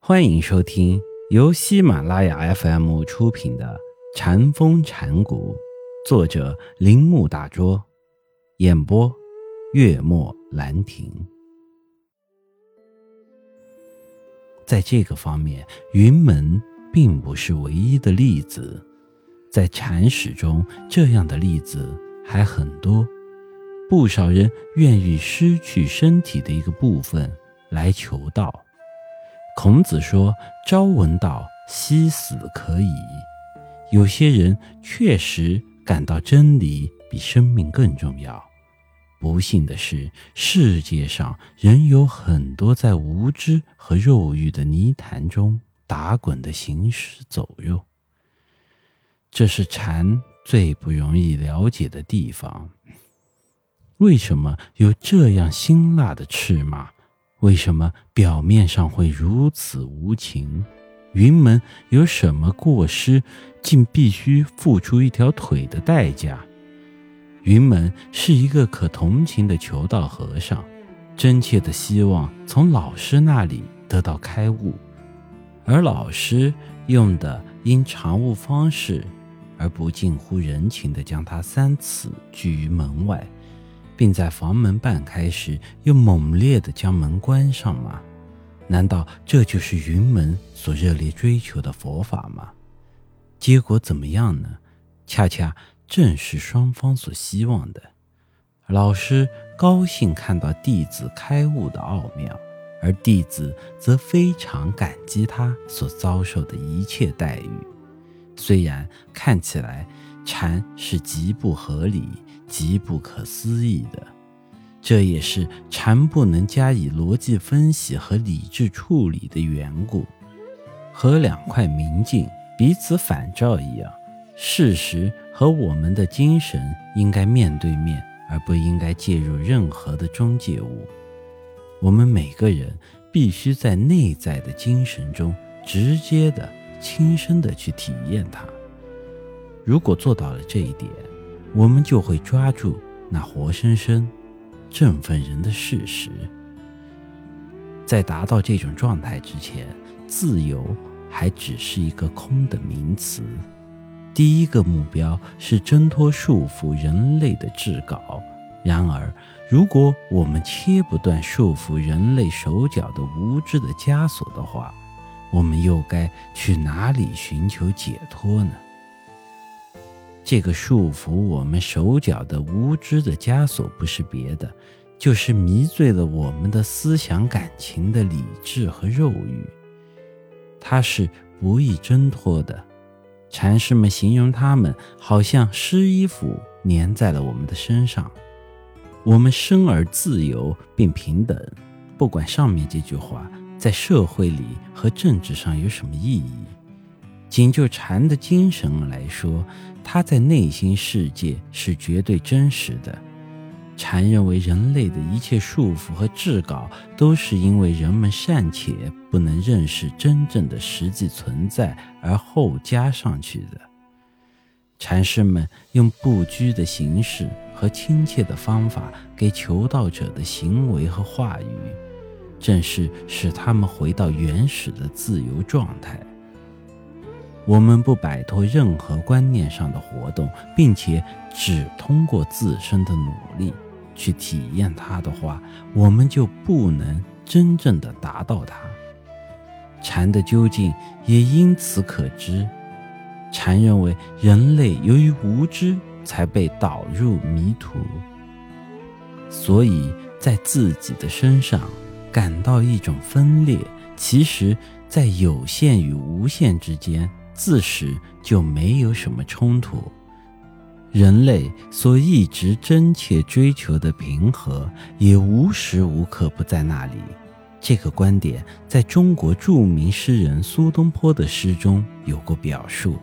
欢迎收听由喜马拉雅 FM 出品的《禅风禅谷》，作者铃木大拙，演播月末兰亭。在这个方面，云门并不是唯一的例子，在禅史中这样的例子还很多。不少人愿意失去身体的一个部分来求道。孔子说：朝闻道，夕死可矣。有些人确实感到真理比生命更重要。不幸的是，世界上仍有很多在无知和肉欲的泥潭中打滚的行尸走肉。这是禅最不容易了解的地方。为什么有这样辛辣的斥骂？为什么表面上会如此无情？云门有什么过失，竟必须付出一条腿的代价？云门是一个可同情的求道和尚，真切的希望从老师那里得到开悟，而老师用的因常务方式，而不近乎人情地将他3次拒于门外，并在房门半开时又猛烈地将门关上吗？难道这就是云门所热烈追求的佛法吗？结果怎么样呢？恰恰正是双方所希望的。老师高兴看到弟子开悟的奥妙，而弟子则非常感激他所遭受的一切待遇。虽然看起来禅是极不合理、极不可思议的，这也是禅不能加以逻辑分析和理智处理的缘故。和两块明镜彼此反照一样，事实和我们的精神应该面对面，而不应该介入任何的中介物。我们每个人必须在内在的精神中直接的、亲身的去体验它。如果做到了这一点，我们就会抓住那活生生振奋人的事实。在达到这种状态之前，自由还只是一个空的名词。第一个目标是挣脱束缚人类的至高。然而，如果我们切不断束缚人类手脚的无知的枷锁的话，我们又该去哪里寻求解脱呢？这个束缚我们手脚的无知的枷锁不是别的，就是迷醉了我们的思想感情的理智和肉欲。它是不易挣脱的。禅师们形容它们好像湿衣服粘在了我们的身上。我们生而自由并平等，不管上面这句话在社会里和政治上有什么意义。仅就禅的精神来说，它在内心世界是绝对真实的。禅认为人类的一切束缚和桎梏都是因为人们尚且不能认识真正的实际存在而后加上去的。禅师们用不拘的形式和亲切的方法给求道者的行为和话语，正是使他们回到原始的自由状态。我们不摆脱任何观念上的活动，并且只通过自身的努力去体验它的话，我们就不能真正的达到它。禅的究竟也因此可知。禅认为人类由于无知才被导入迷途，所以在自己的身上感到一种分裂，其实在有限与无限之间自始就没有什么冲突。人类所一直真切追求的平和，也无时无刻不在那里。这个观点在中国著名诗人苏东坡的诗中有过表述。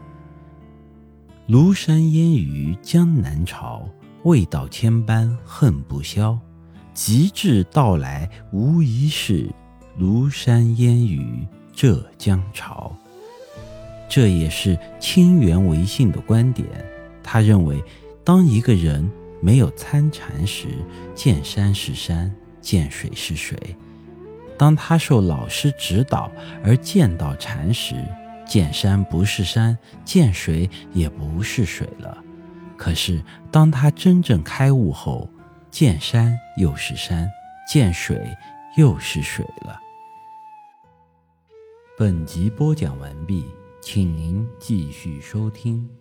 庐山烟雨江南潮，未到千般恨不消。极至到来无一事，庐山烟雨浙江潮。这也是清源维信的观点。他认为，当一个人没有参禅时，见山是山，见水是水， 当他受老师指导而见到禅时，见山不是山，见水也不是水了。可是当他真正开悟后，见山又是山，见水又是水了。本集播讲完毕，请您继续收听。